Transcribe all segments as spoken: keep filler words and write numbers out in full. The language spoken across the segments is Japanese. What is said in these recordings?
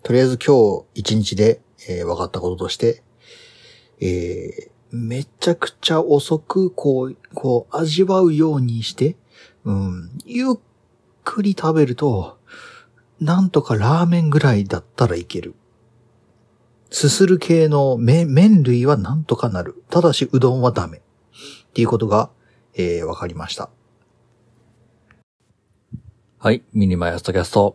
とりあえず今日一日で、えー、分かったこととして、えー、めちゃくちゃ遅く、こう、こう、味わうようにして、うん、ゆっくり食べると、なんとかラーメンぐらいだったらいける。すする系の麺、麺類はなんとかなる。ただし、うどんはダメ。っていうことが、えー、わかりました。 はい、ミニマイアストキャスト。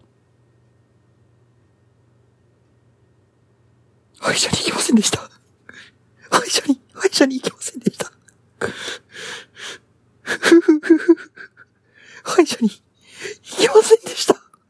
歯医者に行きませんでした。歯医者に、歯医者に行きませんでした。歯医者に行きませんでした。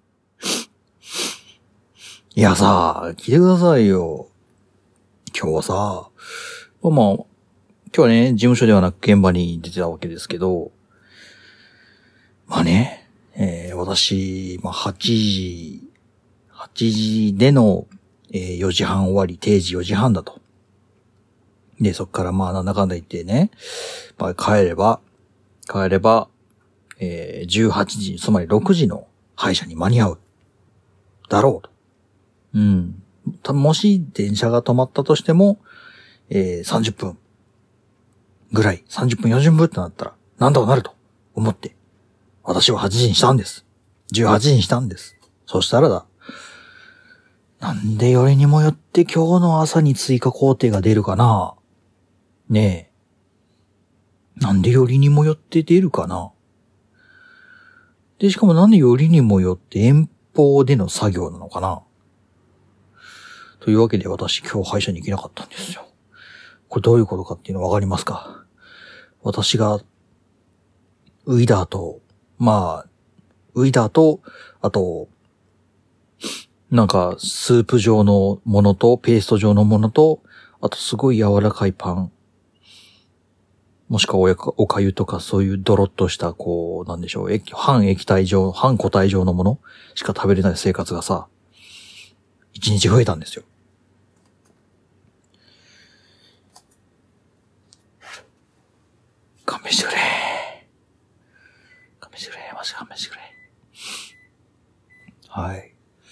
いやさ、聞いてくださいよ。今日はさ、まあ、まあ、今日はね、事務所ではなく現場に出てたわけですけど、まあね、えー、私、まあ、はちじ、はちじでの、えー、よじはん終わり、定時よじはんだと。で、そっからまあ、なんだかんだ言ってね、まあ、帰れば、帰れば、えー、じゅうはちじ、つまりろくじの歯医者に間に合う。だろうと。うん。もし電車が止まったとしても、えー、さんじゅっぷんぐらい、さんじゅっぷんよじゅっぷんってなったら、なんとかなると思って、私ははちじにしたんです。じゅうはちじにしたんです。そしたらだ、なんでよりにもよって今日の朝に追加工程が出るかな？ねえ。なんでよりにもよって出るかな？で、しかもなんでよりにもよって遠方での作業なのかな？というわけで私今日歯医者に行けなかったんですよ。これどういうことかっていうのわかりますか？私が、ウイダーと、まあ、ウイダーと、あと、なんか、スープ状のものと、ペースト状のものと、あとすごい柔らかいパン。もしくはおやか、おかゆとかそういうドロッとした、こう、なんでしょう、液半液体状、半固体状のものしか食べれない生活がさ、一日増えたんですよ。勘弁してくれ。勘弁してくれ。マジ勘弁してくれ。はい。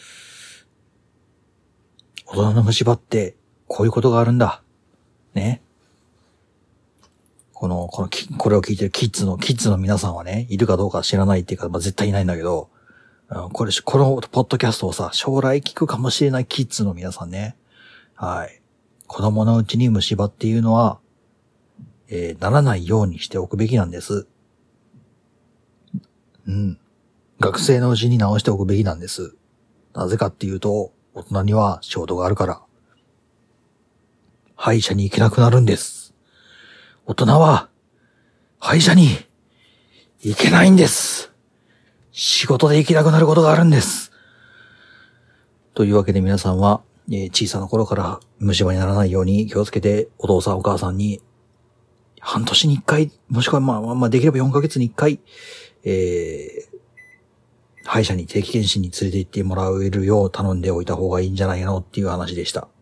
大人の虫歯って、こういうことがあるんだ。ね。この、この、これを聞いてるキッズの、キッズの皆さんはね、いるかどうか知らないっていうか、まあ、絶対いないんだけど、うん、これ、このポッドキャストをさ、将来聞くかもしれないキッズの皆さんね。はい。子供のうちに虫歯っていうのは、えー、ならないようにしておくべきなんです。うん。学生のうちに直しておくべきなんです。なぜかっていうと、大人には仕事があるから。歯医者に行けなくなるんです。大人は、歯医者に行けないんです。仕事で行けなくなることがあるんです。というわけで皆さんは、えー、小さな頃から虫歯にならないように気をつけて、お父さんお母さんに、半年に一回、もしくはまあまあできればよんかげつに一回、えー、歯医者に定期検診に連れて行ってもらえるよう頼んでおいた方がいいんじゃないのっていう話でした。